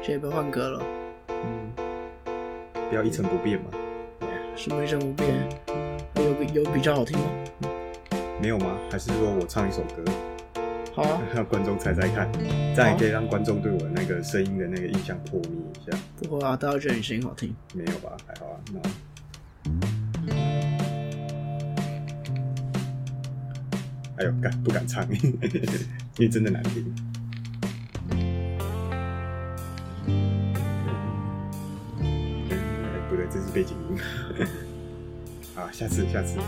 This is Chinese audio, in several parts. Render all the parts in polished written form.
这一杯换歌了。 不要一成不变嘛。 什么一成不变？有比较好听吗？ 没有吗？还是说我唱一首歌？ 好啊， 让观众猜猜看，这样也可以让观众对我那个声音的那个印象破灭一下。 不会啊，大家觉得你声音好听。 没有吧？还好啊。哎呦，不敢唱，因为真的难听。不对，这是背景音。好，下次。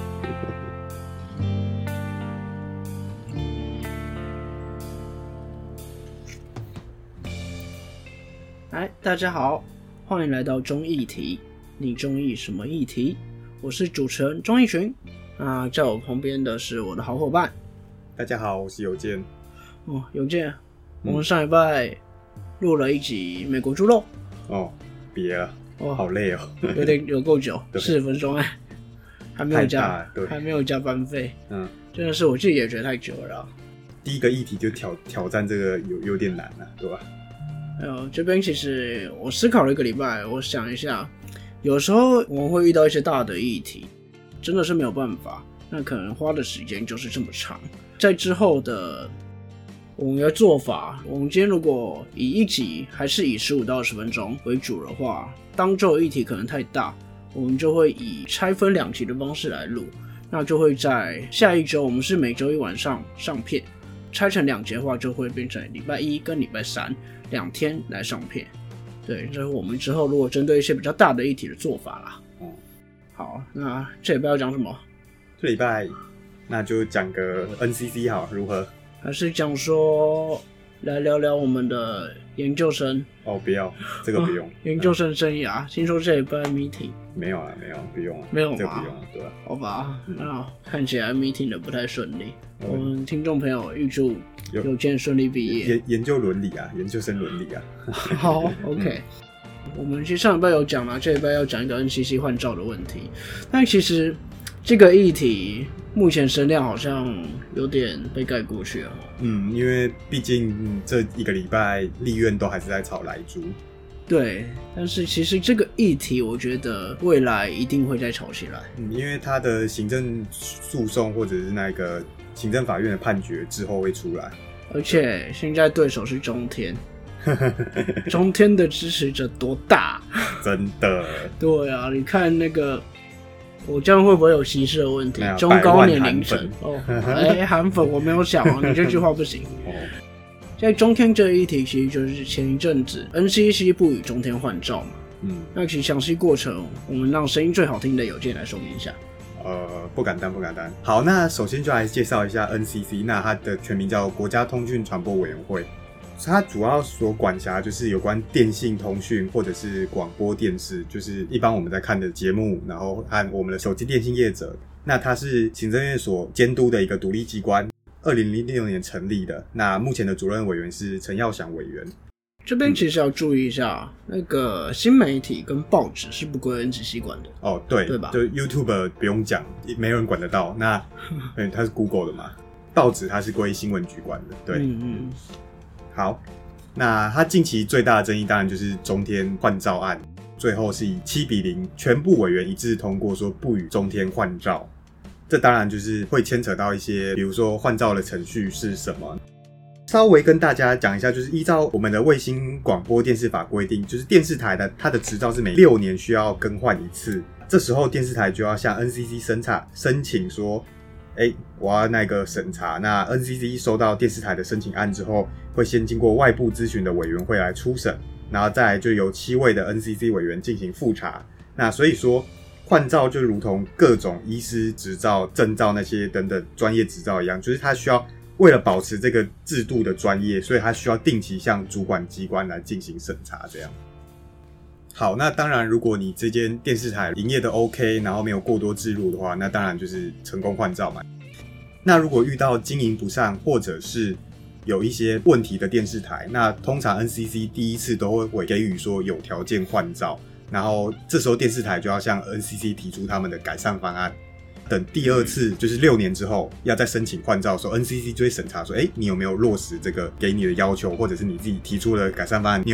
来，大家好，欢迎来到中议题。你中意什么议题？我是主持人钟义群。在我旁边的是我的好伙伴。 大家好，我是邮件。 邮件，我们上礼拜录了一集美国猪肉。 别了，好累哦， 有够久，40分钟哎，还没有加班费，真的是我自己也觉得太久了啊。 第一个议题就挑战这个有点难啊，对吧？ 这边其实我思考了一个礼拜，我想一下，有时候我们会遇到一些大的议题，真的是没有办法，那可能花的时间就是这么长。在之后的我们的做法，我们今天如果以一集还是以15到20分钟为主的话，当周的议题可能太大，我们就会以拆分2集的方式来录，那就会在下一周，我们是每周一晚上上片，拆成2节的话，就会变成礼拜一跟礼拜三2天来上片。对，这是我们之后如果针对一些比较大的议题的做法啦。好，那这礼拜要讲什么？ 这礼拜那就讲个 NCC 好，如何？ 还是讲说来聊聊我们的研究生？ 不要，这个不用。 研究生生涯，听说这礼拜 meeting 没有，不用了。 没有吗？ 这个不用了，对吧？ 好吧，那看起来 meeting 的不太顺利。我们听众朋友预祝邮件顺利毕业。 研究伦理啊，研究生伦理啊。 好 ，OK。我们其实上礼拜有讲了，这礼拜要讲一个 NCC 换照的问题，但其实这个议题目前声量好像有点被盖过去了。 因为毕竟这一个礼拜立院都还是在炒莱猪。 对，但是其实这个议题我觉得未来一定会再炒起来。 因为他的行政诉讼或者是那个行政法院的判决之后会出来， 而且现在对手是中天。中天的支持者多大？ 真的。对啊，你看那个，我这样会不会有歧视的问题？中高年龄层韩粉我没有想你这句话不行。在中天这一题，其实就是前一阵子 NCC 不与中天换照嘛。那其实详细过程，我们让声音最好听的邮件来说明一下。 不敢当。好，那首先就来介绍一下 NCC， 那它的全名叫国家通讯传播委员会。它主要所管辖就是有关电信通讯或者是广播电视，就是一般我们在看的节目，然后和我们的手机电信业者。那它是行政院所监督的一个独立机关，2006年成立的。那目前的主任委员是陈耀祥委员。 这边其实要注意一下，那个新媒体跟报纸是不归 NCC 管的。对吧？ 就 YouTube 不用讲，没人管得到。那它是 Google 的嘛，报纸它是归新闻局管的。对，好，那他近期最大的争议当然就是中天换照案，最后是以7-0，全部委员一致通过说不与中天换照。这当然就是会牵扯到一些，比如说换照的程序是什么。稍微跟大家讲一下，就是依照我们的卫星广播电视法规定，就是电视台的它的执照是每6年需要更换一次，这时候电视台就要向 NCC 申请说我要那个审查。那 NCC 收到电视台的申请案之后，会先经过外部咨询的委员会来初审，然后再来就由7位的 NCC 委员进行复查。那所以说换照就如同各种医师执照、证照那些等等专业执照一样，就是它需要为了保持这个制度的专业，所以它需要定期向主管机关来进行审查这样。好，那当然如果你这间电视台营业的 OK， 然后没有过多置入的话，那当然就是成功换照嘛。那如果遇到经营不善或者是有一些问题的电视台，那通常 NCC 第一次都会给予说有条件换照，然后这时候电视台就要向 NCC 提出他们的改善方案。等第2次就是6年之后要再申请换照的时候， NCC 就会审查说你有没有落实这个给你的要求，或者是你自己提出的改善方案你有没有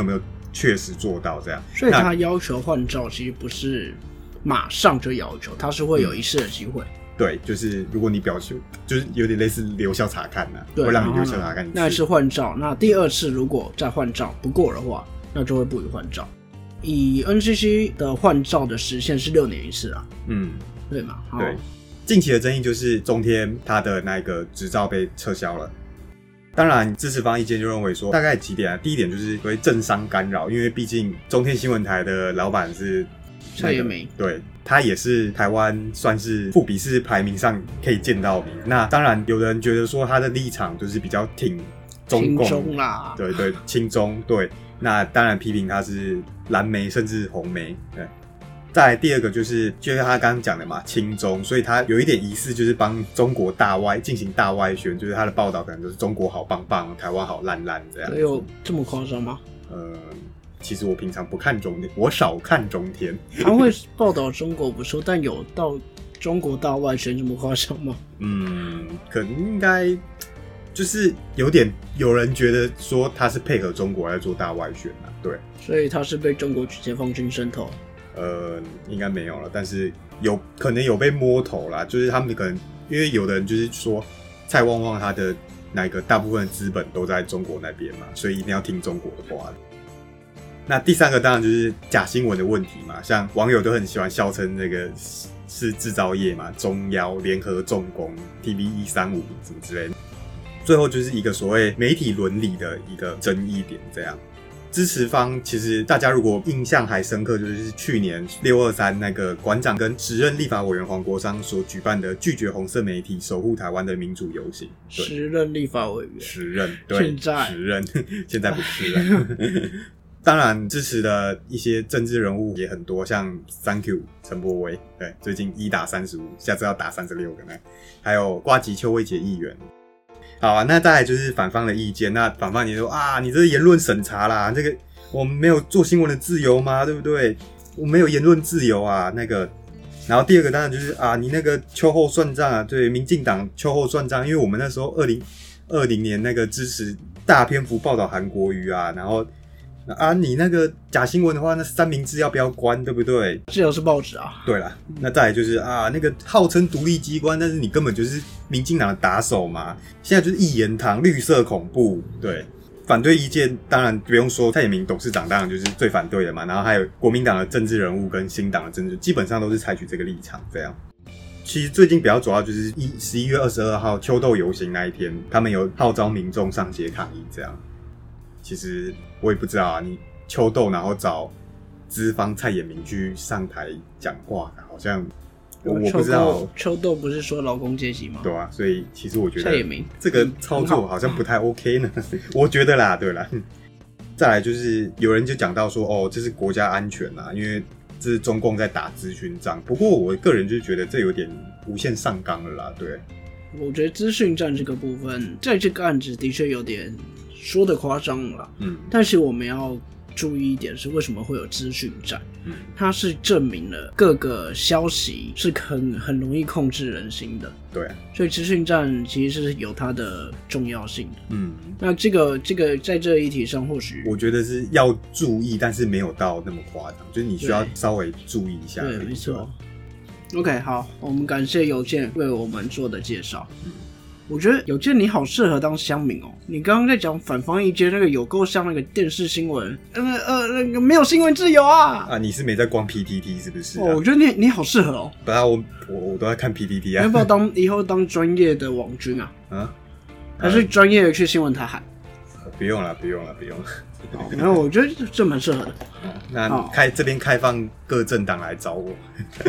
确实做到这样。 所以他要求换照其实不是马上就要求，他是会有一次的机会。 对，就是如果你表现就是有点类似留校察看会让你留校察看一次。 那一次换照，那第二次如果再换照不过的话，那就会不予换照。以 NCC 的换照的时限是6年一次啊，对吗？ 对，近期的争议就是中天他的那个执照被撤销了。当然，支持方意见就认为说，大概几点啊？第一点就是会政商干扰，因为毕竟中天新闻台的老板是蔡衍明， 对，他也是台湾算是富比士排名上可以见到名。那当然，有人觉得说他的立场就是比较挺中共， 亲中啦， 对，亲中，对。那当然批评他是蓝媒甚至红媒，对。再来第二个就是他刚刚讲的嘛，亲中，所以他有一点疑似就是帮中国大外进行大外宣，就是他的报道可能就是中国好棒棒，台湾好烂烂这样。 有这么夸张吗？ 其实我平常不看中天，我少看中天。 他会报道中国不错，但有到中国大外宣这么夸张吗？ 可能应该就是有人觉得说他是配合中国来做大外宣啊，对。 所以他是被中国解放军渗透？ 应该没有了，但是可能有被摸头啦，就是他们可能因为有的人就是说蔡旺旺他的那个大部分的资本都在中国那边嘛，所以一定要听中国的话。那第三个当然就是假新闻的问题嘛，像网友都很喜欢笑称这个是制造业嘛，中腰联合重工 TV135 什么之类的。最后就是一个所谓媒体伦理的一个争议点这样。支持方其实大家如果印象还深刻，就是去年623那个馆长跟时任立法委员黄国昌所举办的拒绝红色媒体守护台湾的民主游行。 时任立法委员， 时任，对，时任，现在不是了。当然支持的一些政治人物也很多，像 Thank you 陈柏惟，对，最近1打35，下次要打36个呢。还有呱吉邱威杰议员。好啊，那再来就是反方的意见。那反方你说啊，你这是言论审查啦，这个我们没有做新闻的自由吗？对不对？我们没有言论自由啊，那个。然后第二个当然就是啊，你那个秋后算账啊，对，民进党秋后算账，因为我们那时候2020年那个支持大篇幅报道韩国瑜啊，然后啊，你那个假新闻的话，那三明治要不要关，对不对？ 自由是报纸啊。 对啦，那再来就是啊，那个号称独立机关，但是你根本就是民进党的打手嘛。现在就是一言堂，绿色恐怖，对。反对意见当然不用说，蔡衍明董事长当然就是最反对的嘛。然后还有国民党的政治人物跟新党的政治，基本上都是采取这个立场这样。其实最近比较主要就是11月22号秋斗游行那一天，他们有号召民众上街抗议这样。其实我也不知道啊，你秋斗然后找资方蔡衍明去上台讲话，好像我不知道。 秋斗不是说劳工阶级吗？ 对啊，所以其实我觉得蔡衍明这个操作好像不太 OK 呢。我觉得啦，对啦。再来就是有人就讲到说，哦，这是国家安全啊，因为这是中共在打资讯战。不过我个人就觉得这有点无限上纲了啦，对。 我觉得资讯战这个部分，在这个案子的确有点说的夸张了，但是我们要注意一点是为什么会有资讯战，它是证明了各个消息是很容易控制人心的， 对啊， 所以资讯战其实是有它的重要性的，那这个在这一题上或许我觉得是要注意，但是没有到那么夸张，就是你需要稍微注意一下， 对，没错。OK， 好，我们感谢有健为我们做的介绍。我觉得有健你好适合当乡民哦。你刚刚在讲反方意见，那个有够像那个电视新闻，那个没有新闻自由啊！ 啊，你是没在逛 PTT 是不是、啊？ 哦，我觉得你好适合哦。 不然我都在看 PTT 啊。 要不要以后当专业的网军啊？还是专业的去新闻台喊？ 不用了。 然后我觉得这蛮适合的。 那这边开放各政党来找我。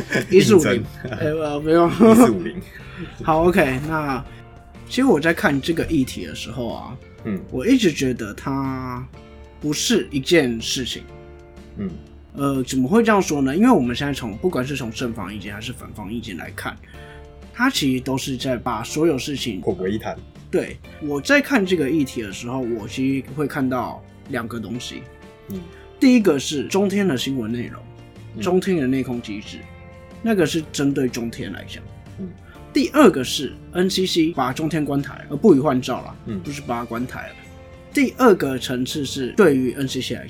1450，不用。 1450。 好 ，OK， 那其实我在看这个议题的时候啊，我一直觉得它不是一件事情。怎么会这样说呢？因为我们现在不管是从正方意见还是反方意见来看，它其实都是在把所有事情混为一谈。 对，我在看这个议题的时候，我其实会看到2个东西。第一个是中天的新闻内容，中天的内控机制，那个是针对中天来讲。第二个是 NCC 把中天关台，而不予换照啦，不是把它关台了。第二个层次是对于 NCC 来讲，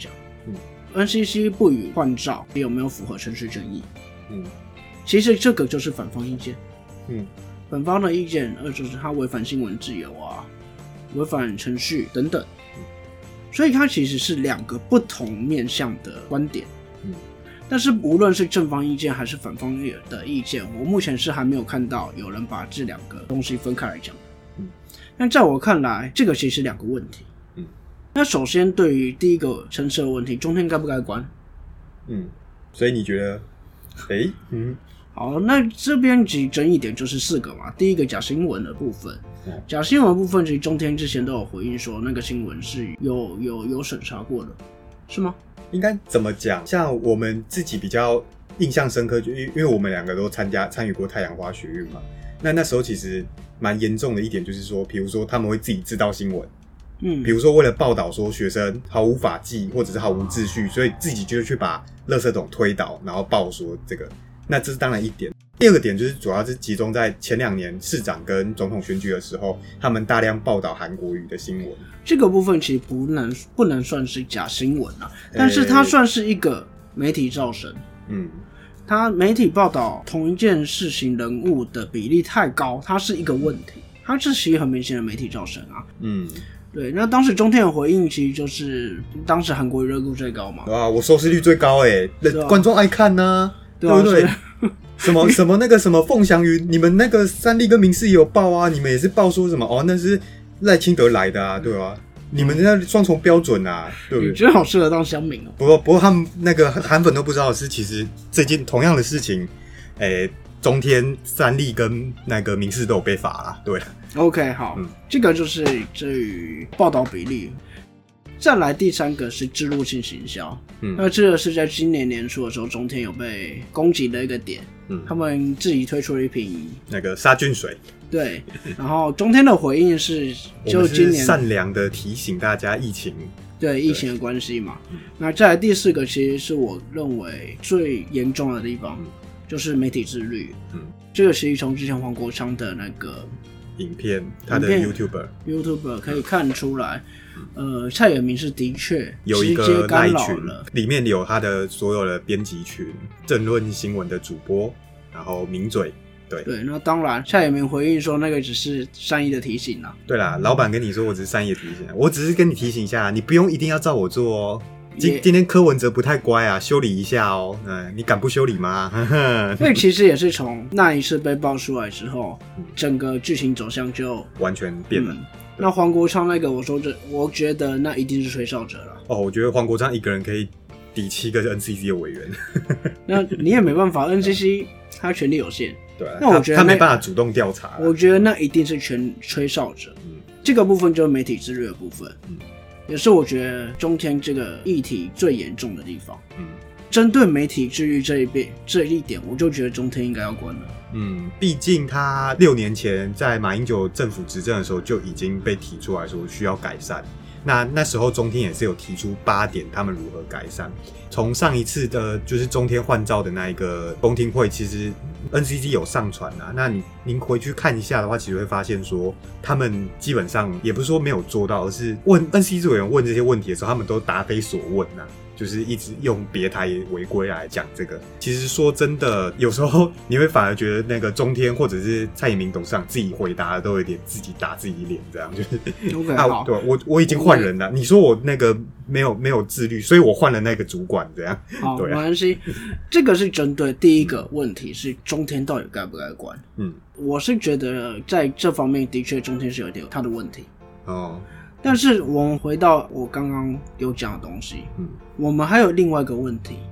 NCC 不予换照有没有符合程序正义？其实这个就是反方意见。本方的意见就是它违反新闻自由啊，违反程序等等。所以它其实是两个不同面向的观点。但是无论是正方意见还是反方的意见，我目前是还没有看到有人把这两个东西分开来讲。但在我看来，这个其实是两个问题。那首先对于第一个陈设的问题，中天该不该关？ 所以你觉得好，那这边其实争议点就是4个嘛。第一个假新闻的部分，假新闻的部分其实中天之前都有回应说那个新闻是有审查过的，是吗？ 应该怎么讲？像我们自己比较印象深刻，就因为我们两个都参与过太阳花学运嘛。那时候其实蛮严重的一点就是说，比如说他们会自己制造新闻，比如说为了报道说学生毫无法纪或者是毫无秩序，所以自己就去把垃圾桶推倒，然后报说这个。那这是当然一点。第二个点就是主要是集中在前2年市长跟总统选举的时候，他们大量报道韩国瑜的新闻。 这个部分其实不能算是假新闻啊，但是它算是一个媒体造神。它媒体报道同一件事情人物的比例太高，它是一个问题。它这其实很明显的媒体造神啊。对，那当时中天的回应其实就是当时韩国瑜热度最高嘛。 我收视率最高观众爱看啊，对不对？什么那个什么凤翔云，你们那个三立跟民视也有报啊，你们也是报说什么那是赖清德来的啊，对吧？你们那双重标准啊，对不对？ 你觉得好适合当乡民不过他们那个韩粉都不知道的是，其实这件同样的事情，中天、三立跟那个民视都有被罚啦。对 ，OK， 好，这个就是至于报道比例。再来第3个是置入性行销，那这个是在今年年初的时候，中天有被攻击的一个点，他们自己推出了一瓶那个杀菌水， 对，然后中天的回应是，就今年我们是善良的提醒大家疫情的关系嘛。那再来第4个，其实是我认为最严重的地方，就是媒体自律。这个其实从之前黄国昌的那个影片，他的 YouTuber 可以看出来。蔡衍明是的确有一个赖群，里面有他的所有的编辑群、政论新闻的主播，然后名嘴。对， 那当然，蔡衍明回应说那个只是善意的提醒啦。 对啦，老板跟你说我只是善意的提醒，我只是跟你提醒一下，你不用一定要照我做哦。今天柯文哲不太乖啊，修理一下哦。你敢不修理吗？ 所以其实也是从那一次被爆出来之后，整个剧情走向就完全变了。 那黄国昌那个，我觉得那一定是吹哨者了。 我觉得黄国昌一个人可以抵7个 NCC 的委员。 那你也没办法，NCC 他权力有限。 对，那我觉得他没办法主动调查。 我觉得那一定是吹哨者。这个部分就是媒体自律的部分。也是我觉得中天这个议题最严重的地方。针对媒体自律这一点，我就觉得中天应该要关了。 毕竟他6年前在马英九政府执政的时候就已经被提出来说需要改善。那时候中天也是有提出8点，他们如何改善。从上一次的就是中天换照的那一个公听会，其实 NCC 有上传啊。那您回去看一下的话，其实会发现说，他们基本上也不是说没有做到，而是问 NCC 委员问这些问题的时候，他们都答非所问啊。就是一直用别台违规来讲这个，其实说真的，有时候你会反而觉得那个中天或者是蔡衍明董事长自己回答的都有点自己打自己脸，这样就是 okay, 对，我已经换人了，你说我那个没有自律，所以我换了那个主管，这样好， 对、 没关系。这个是针对第一个问题，是中天到底该不该关？我是觉得在这方面的确中天是有点他的问题但是我们回到我刚刚有讲的东西，我们还有另外一个问题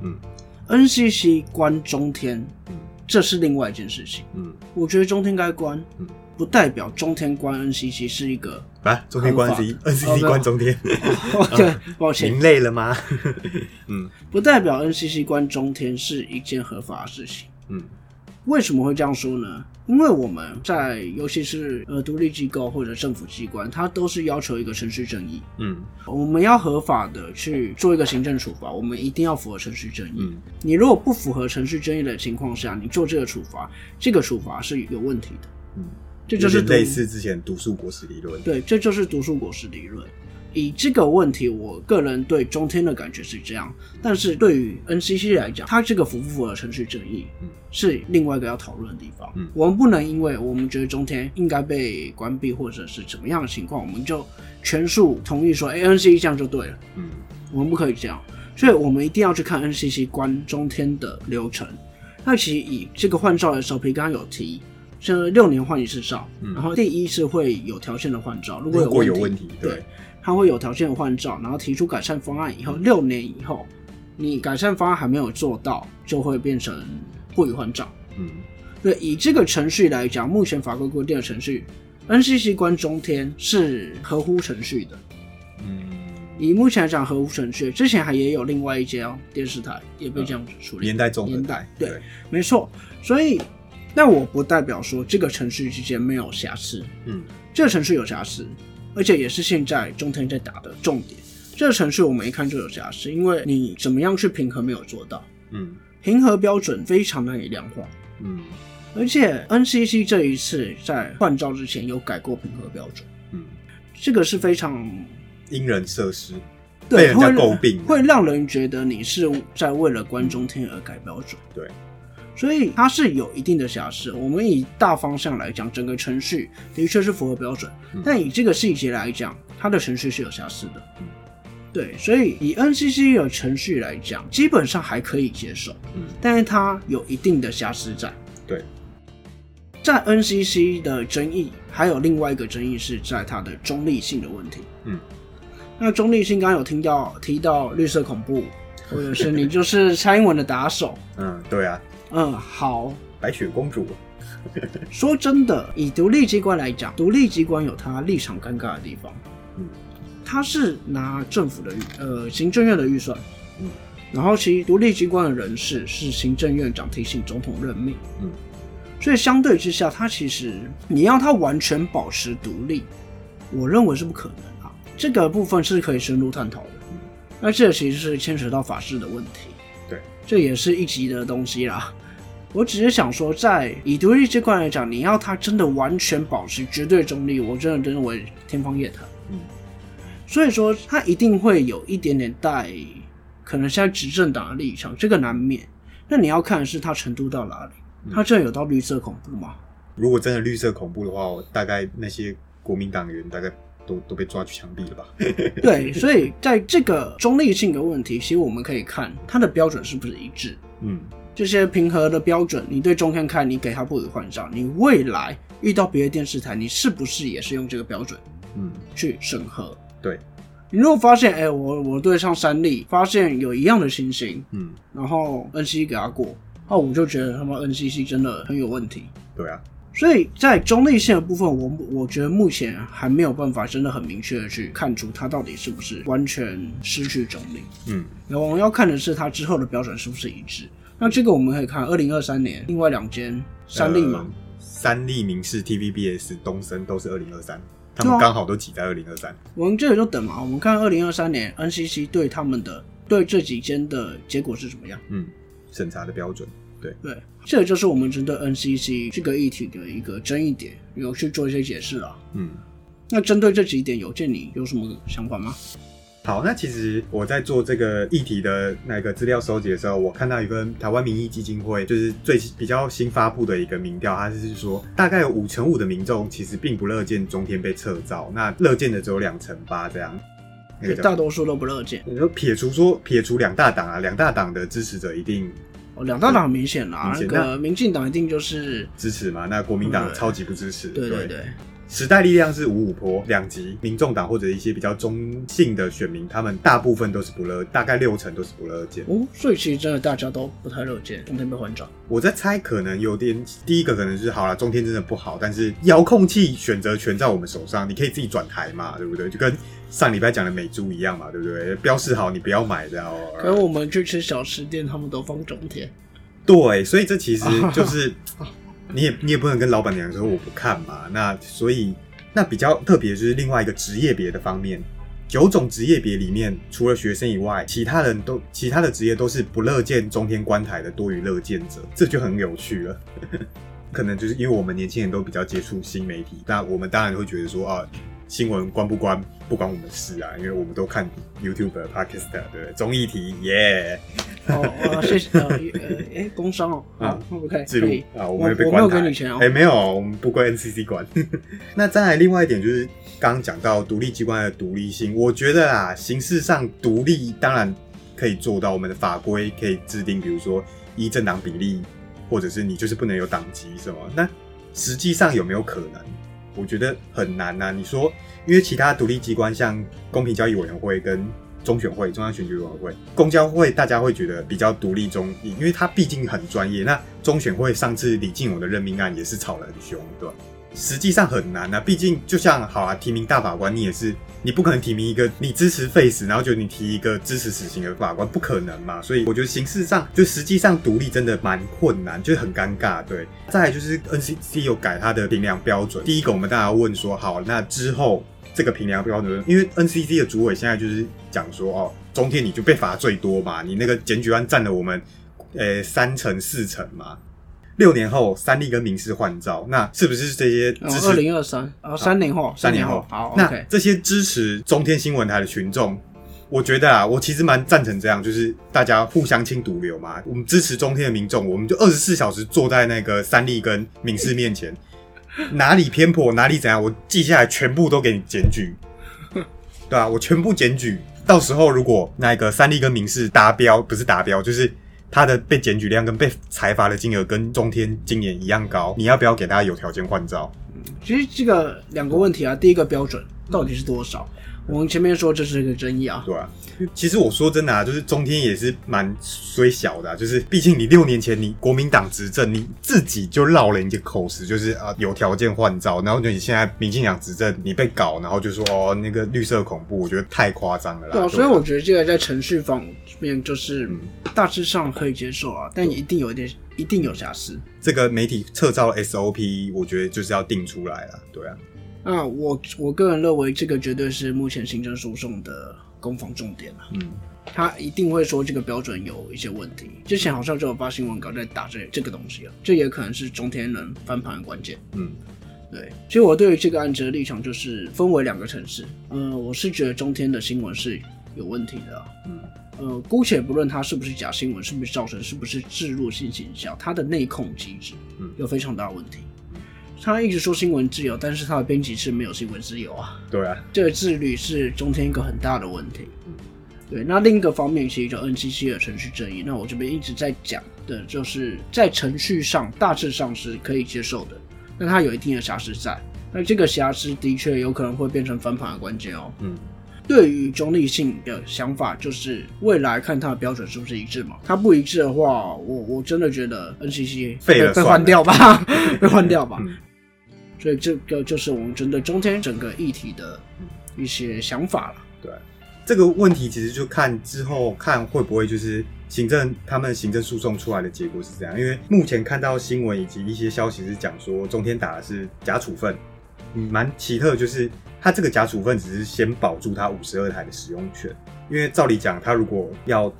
，NCC 关中天，这是另外一件事情，我觉得中天该关，不代表中天关 NCC 是一个中天关 NCC 关中天 ，OK， 抱歉， 您累了吗？ 不代表 NCC 关中天是一件合法的事情，为什么会这样说呢？因为我们在尤其是独立机构或者政府机关，它都是要求一个程序正义。我们要合法的去做一个行政处罚，我们一定要符合程序正义。你如果不符合程序正义的情况下，你做这个处罚，这个处罚是有问题的。这就是类似之前毒树果实理论。 对，这就是毒树果实理论。 以这个问题，我个人对中天的感觉是这样，但是对于 NCC 来讲，它这个符不符合程序正义，是另外一个要讨论的地方。我们不能因为我们觉得中天应该被关闭或者是怎么样的情况，我们就全数同意说NCC 这样就对了。我们不可以这样，所以我们一定要去看 NCC 关中天的流程。那其实以这个换照的SOP，刚刚有提，是6年换一次照，然后第一次会有条件的换照，如果有问题，对，它会有条件的换照，然后提出改善方案以后，6年以后，你改善方案还没有做到，就会变成不予换照。对，以这个程序来讲，目前法规规定的程序 ，NCC 关中天是合乎程序的。以目前来讲合乎程序，之前也有另外一间电视台也被这样处理， 年代中的台， 对，没错。所以，但我不代表说这个程序之间没有瑕疵，这个程序有瑕疵，而且也是现在中天在打的重点。这个程序我们一看就有瑕疵，因为你怎么样去评核没有做到，评核标准非常难以量化，而且 NCC 这一次在换照之前有改过评核标准，这个是非常因人设施，被人家诟病， 会让人觉得你是在为了关中天而改标准。 对， 所以它是有一定的瑕疵。我们以大方向来讲，整个程序的确是符合标准，但以这个细节来讲，它的程序是有瑕疵的。对，所以以 NCC 的程序来讲，基本上还可以接受，但是它有一定的瑕疵在。 对， 在 NCC 的争议，还有另外一个争议是在它的中立性的问题。那中立性刚刚有提到绿色恐怖，或者是你就是蔡英文的打手。 对啊。 好。 白雪公主。 说真的，以独立机关来讲，独立机关有它立场尴尬的地方。它是拿政府的行政院的预算，然后其独立机关的人事是行政院长提醒总统任命。所以相对之下，它其实你要它完全保持独立，我认为是不可能啊。这个部分是可以深入探讨的。那这其实是牵扯到法治的问题。 对， 这也是一级的东西啦。我只是想说，在以独立机关来讲，你要它真的完全保持绝对中立，我真的认为天方夜谭。所以说，它一定会有一点点带可能现在执政党的立场，这个难免。那你要看的是它程度到哪里。他真的有到绿色恐怖吗？ 如果真的绿色恐怖的话，我大概那些国民党员大概都被抓去枪毙了吧？ 对，所以在这个中立性的问题，其实我们可以看它的标准是不是一致。这些评核的标准，你对中天看，你给他不予换照，你未来遇到别的电视台，你是不是也是用这个标准去审核？ 对。 你如果发现，我对上三立发现有一样的情形，然后 NCC 给他过。我就觉得他们 NCC 真的很有问题。对啊，所以在中立性的部分，我觉得目前还没有办法真的很明确的去看出它到底是不是完全失去中立。我们要看的是它之后的标准是不是一致。那这个我们可以看2023年另外2间三立嘛， 三立、民视、TVBS、东森都是2023，他们刚好都挤在2023。我们这个就等嘛，我们看2023年 NCC 对这几间的结果是怎么样。 审查的标准。对， 这个就是我们针对 NCC 这个议题的一个争议点，有去做一些解释啦。那针对这几点，有见你有什么想法吗？ 好，那其实我在做这个议题的那个资料收集的时候，我看到一个台湾民意基金会就是比较新发布的一个民调，它是说大概有5%的民众其实并不乐见中天被撤照，那乐见的只有2%这样。 大多数都不乐见。 你说撇除两大党啊，两大党的支持者一定。 两大党很明显啦，那个民进党一定就是支持嘛，那国民党超级不支持。 对， 时代力量是5-5波两极，民众党或者一些比较中性的选民，他们大部分都是大概60%都是不乐见。 所以其实真的大家都不太乐见中天被换照。 我在猜，可能有点第一个可能是好啦，中天真的不好，但是遥控器选择权在我们手上，你可以自己转台嘛，对不对？就跟上礼拜讲的美猪一样嘛，对不对？标示好，你不要买这样。 可是我们去吃小吃店，他们都放中天。 对，所以这其实就是你也不能跟老板娘说我不看嘛。那所以那比较特别就是另外一个职业别的方面，9种职业别里面，除了学生以外，其他的职业都是不乐见中天关台的多于乐见者，这就很有趣了。可能就是因为我们年轻人都比较接触新媒体，那我们当然会觉得说新闻关不关不关我们事啊，因为我们都看 YouTube、Podcast 对综艺题耶。 谢谢工商OK 记录我们会被关台。 我没有给你钱没有，我们不归 NCC 管。那再来另外一点就是刚刚讲到独立机关的独立性，我觉得啊，形式上独立当然可以做到，我们的法规可以制定，比如说依政党比例，或者是你就是不能有党籍什么。那实际上有没有可能？我觉得很难啊。你说，因为其他独立机关像公平交易委员会跟中选会、中央选举委员会、公交会，大家会觉得比较独立中立，因为它毕竟很专业。那中选会上次李进勇的任命案也是吵得很凶，对吧？实际上很难啊，毕竟就像提名大法官，你也是，你不可能提名一个你支持废死，然后就你提一个支持死刑的法官，不可能嘛。所以我觉得形式上就实际上独立真的蛮困难，就是很尴尬。对，再来就是 NCC 有改它的评量标准。第一个我们当然要问说，好，那之后这个评量标准，因为 NCC 的主委现在就是讲说，中天你就被罚最多嘛，你那个检举案占了我们3成4成嘛。6年后3例跟民事换照，那是不是这些支持 2023 3年后好， 那这些支持中天新闻台的群众，我觉得我其实蛮赞成这样，就是大家互相清毒瘤嘛。我们支持中天的民众，我们就24小时坐在那个3例跟民事面前，哪里偏颇哪里怎样，我记下来全部都给你检举，对吧？我全部检举，到时候如果那个3例跟民事达标，不是达标，就是他的被检举量跟被裁罚的金额跟中天今年一样高，你要不要给他有条件换照？ 其实这个2个问题啊，第一个标准到底是多少？我们前面说这是一个争议啊。 对啊，其实我说真的啊，就是中天也是蛮衰小的就是毕竟你6年前你国民党执政，你自己就绕了一个口实，就是有条件换照，然后你现在民进党执政，你被搞，然后就说那个绿色恐怖，我觉得太夸张了啦。 对啊，所以我觉得这个在程序方面就是大致上可以接受啊，但一定有瑕疵。这个媒体撤照 SOP， 我觉得就是要定出来了，对啊。 那我个人认为这个绝对是目前行政诉讼的攻防重点了。他一定会说这个标准有一些问题。之前好像就有发新闻稿在打这个东西了，这也可能是中天人翻盘的关键。对。其实我对于这个案子的立场就是分为2个层次。我是觉得中天的新闻是有问题的。姑且不论它是不是假新闻，是不是造成，是不是置入性行销，它的内控机制有非常大的问题。他一直说新闻自由，但是他的编辑室没有新闻自由啊。 对啊， 这个自律是中天一个很大的问题。对，那另一个方面其实就 NCC 的程序正义，那我这边一直在讲的就是在程序上大致上是可以接受的，但它有一定的瑕疵在，那这个瑕疵的确有可能会变成翻盘的关键哦。对于中立性的想法，就是未来看它的标准是不是一致嘛？它不一致的话，我真的觉得 NCC 被换掉吧，被换掉吧。所以这个就是我们针对中天整个议题的一些想法了。 对，这个问题其实就看之后看会不会就是他们行政诉讼出来的结果是这样，因为目前看到新闻以及一些消息是讲说中天打的是假处分，蛮奇特，就是他这个假处分只是先保住他52台的使用权，因为照理讲他如果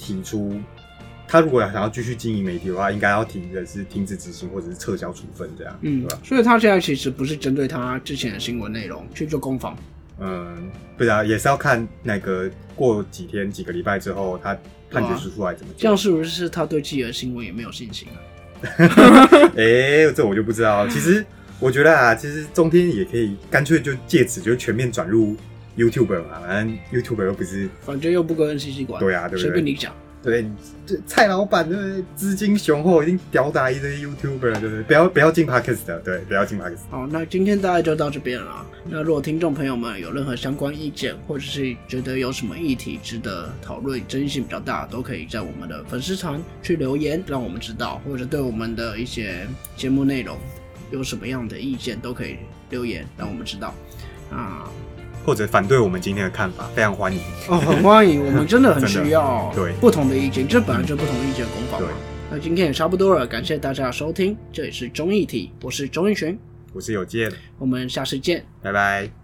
想要继续经营媒体的话，应该要提的是停止执行或者是撤销处分这样，对吧？ 所以他现在其实不是针对他之前的新闻内容去做攻防。 不是啊，也是要看那个过几个礼拜之后，他判决书出来怎么讲。 这样是不是他对自己的新闻也没有信心啊？ 这我就不知道。其实我觉得其实中天也可以干脆就借此就全面转入 YouTuber 嘛，反正 YouTuber 又不是， 反正又不跟 NCC 管。 对啊，对不对？ 随便你讲。 对，蔡老板对不对？资金雄厚，一定吊打一堆 YouTuber， 对不对？不要进 Podcast 的，对，不要进 Podcast。 好，那今天大概就到这边了。那如果听众朋友们有任何相关意见，或者是觉得有什么议题值得讨论、争议性比较大，都可以在我们的粉丝团去留言，让我们知道，或者对我们的一些节目内容有什么样的意见，都可以留言让我们知道。 或者反对我们今天的看法，非常欢迎很欢迎，我们真的很需要对不同的意见，这本来就不同意见的攻防嘛。那今天也差不多了，感谢大家的收听，这里是中议题，我是钟义群， 我是有健， 我们下次见， 拜拜。